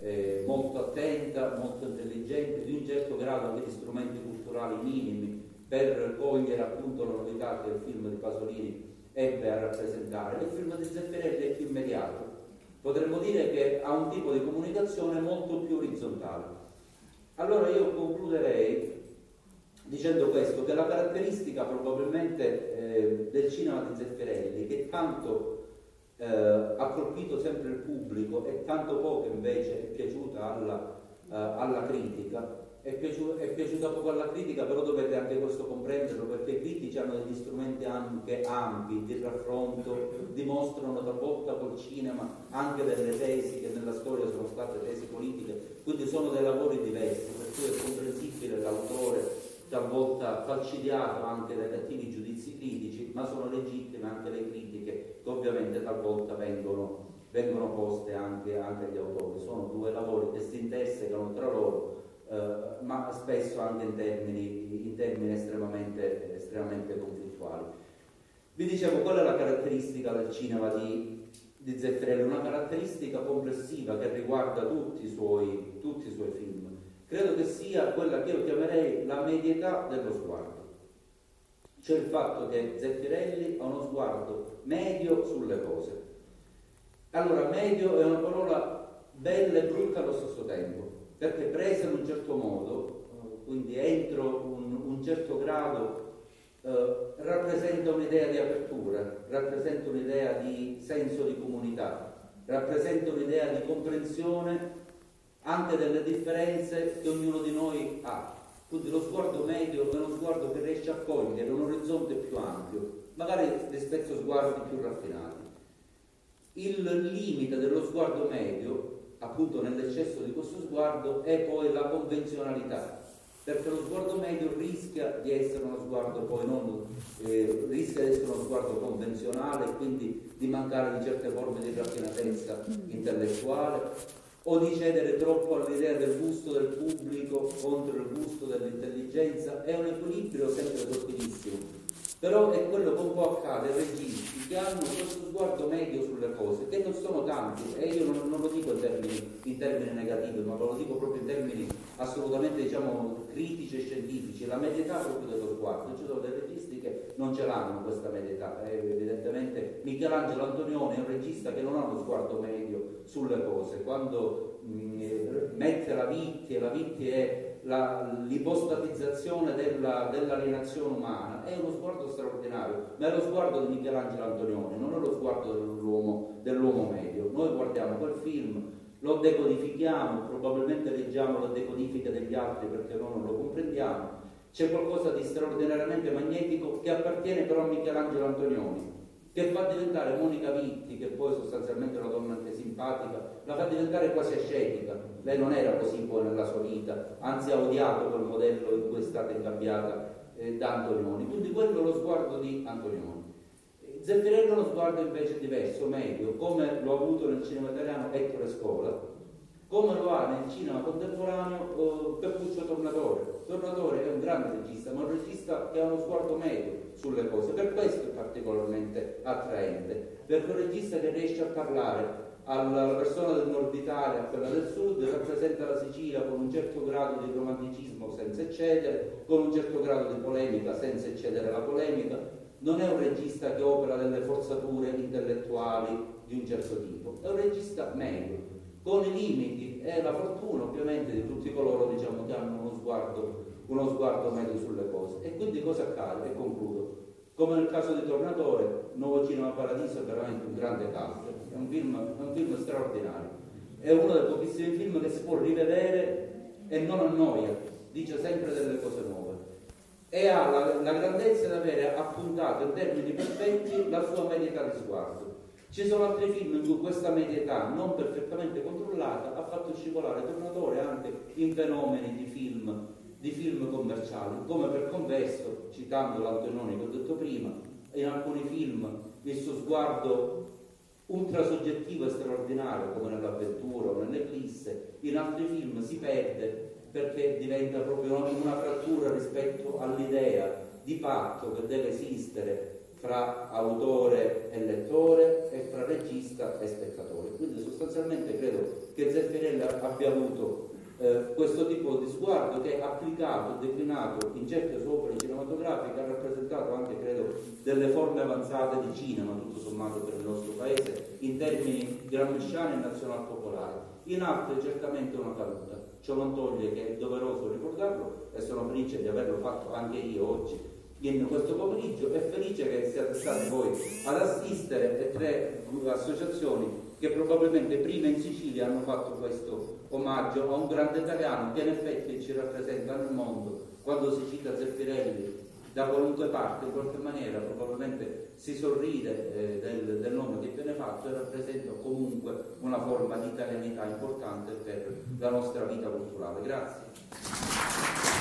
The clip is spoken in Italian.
molto attenta, molto intelligente, di un certo grado anche di strumenti culturali minimi per cogliere appunto la novità che il film di Pasolini ebbe a rappresentare. Il film di Zeffirelli è più immediato, potremmo dire che ha un tipo di comunicazione molto più orizzontale. Allora io concluderei dicendo questo, che la caratteristica probabilmente del cinema di Zeffirelli, che tanto ha colpito sempre il pubblico e tanto poco invece è piaciuta alla critica, è piaciuta poco alla critica, però dovete anche questo comprenderlo, perché i critici hanno degli strumenti anche ampi di raffronto, dimostrano talvolta col cinema anche delle tesi che nella storia sono state tesi politiche, quindi sono dei lavori diversi, per cui è comprensibile l'autore talvolta falcidiato anche dai cattivi giudizi critici, ma sono legittime anche le critiche che ovviamente talvolta vengono poste anche agli autori. Sono due lavori che si intersecano tra loro, ma spesso anche in termini estremamente conflittuali. Vi dicevo, qual è la caratteristica del cinema di Zeffirelli? Una caratteristica complessiva che riguarda tutti i suoi film. Credo che sia quella che io chiamerei la medietà dello sguardo, cioè il fatto che Zeffirelli ha uno sguardo medio sulle cose. Allora, medio è una parola bella e brutta allo stesso tempo, perché presa in un certo modo, quindi entro un certo grado, rappresenta un'idea di apertura, rappresenta un'idea di senso di comunità, rappresenta un'idea di comprensione anche delle differenze che ognuno di noi ha. Quindi lo sguardo medio è uno sguardo che riesce a cogliere un orizzonte più ampio, magari rispetto a sguardi più raffinati. Il limite dello sguardo medio, appunto nell'eccesso di questo sguardo, è poi la convenzionalità, perché lo sguardo medio rischia di essere uno sguardo poi rischia di essere uno sguardo convenzionale e quindi di mancare di certe forme di raffinatezza intellettuale, o di cedere troppo all'idea del gusto del pubblico contro il gusto dell'intelligenza. È un equilibrio sempre sottilissimo, però è quello che un po' accade ai registi che hanno questo sguardo medio sulle cose, che non sono tanti, e io non lo dico in termini negativi, ma ve lo dico proprio in termini assolutamente, diciamo, critici e scientifici, la medietà proprio dello sguardo. Ci sono dei registi che non ce l'hanno questa medietà, evidentemente Michelangelo Antonioni è un regista che non ha uno sguardo medio sulle cose. Quando mette la Vitti, e la Vitti è l'ipostatizzazione dell'alienazione umana, è uno sguardo straordinario, ma è lo sguardo di Michelangelo Antonioni, non è lo sguardo dell'uomo medio. Noi guardiamo quel film, lo decodifichiamo, probabilmente leggiamo le decodifiche degli altri perché noi non lo comprendiamo. C'è qualcosa di straordinariamente magnetico che appartiene però a Michelangelo Antonioni, che fa diventare Monica Vitti, che poi sostanzialmente è una donna anche simpatica, la fa diventare quasi ascetica. Lei non era così poi nella sua vita, anzi ha odiato quel modello in cui è stata ingabbiata da Antonioni. Quindi quello è lo sguardo di Antonioni. Zeffirelli ha uno sguardo invece diverso, medio, come lo ha avuto nel cinema italiano Ettore Scola, come lo ha nel cinema contemporaneo Pepuccio Tornatore. Tornatore è un grande regista, ma un regista che ha uno sguardo medio sulle cose, per questo è particolarmente attraente, perché è un regista che riesce a parlare alla persona del nord Italia, a quella del sud, rappresenta la Sicilia con un certo grado di romanticismo senza eccedere, con un certo grado di polemica senza eccedere la polemica. Non è un regista che opera delle forzature intellettuali di un certo tipo, è un regista medio, con i limiti e la fortuna ovviamente di tutti coloro, diciamo, che hanno uno sguardo medio sulle cose. E quindi cosa accade? E concludo. Come nel caso di Tornatore, Nuovo Cinema Paradiso è veramente un grande cult, è un film straordinario, è uno dei pochissimi film che si può rivedere e non annoia, dice sempre delle cose nuove e ha la grandezza di avere appuntato in termini perfetti la sua medietà di sguardo. Ci sono altri film in cui questa medietà non perfettamente controllata ha fatto scivolare Tornatore anche in fenomeni di film commerciali, come per converso, citando l'Antonioni che ho detto prima, in alcuni film il suo sguardo ultrasoggettivo e straordinario, come nell'Avventura o nell'Eclisse, in altri film si perde perché diventa proprio una frattura rispetto all'idea di patto che deve esistere fra autore e lettore e fra regista e spettatore. Quindi sostanzialmente credo che Zeffirelli abbia avuto questo tipo di sguardo che applicato, declinato in certe sue opere cinematografiche ha rappresentato anche, credo, delle forme avanzate di cinema, tutto sommato per il nostro paese, in termini gramsciani e nazional-popolari. In altre certamente una caduta. Ciò non toglie che è doveroso ricordarlo e sono felice di averlo fatto anche io oggi in questo pomeriggio, e felice che siate stati voi ad assistere, e 3 associazioni che probabilmente prima in Sicilia hanno fatto questo omaggio a un grande italiano che in effetti ci rappresenta nel mondo. Quando si cita Zeffirelli da qualunque parte, in qualche maniera probabilmente si sorride del nome che viene fatto, e rappresenta comunque una forma di italianità importante per la nostra vita culturale. Grazie.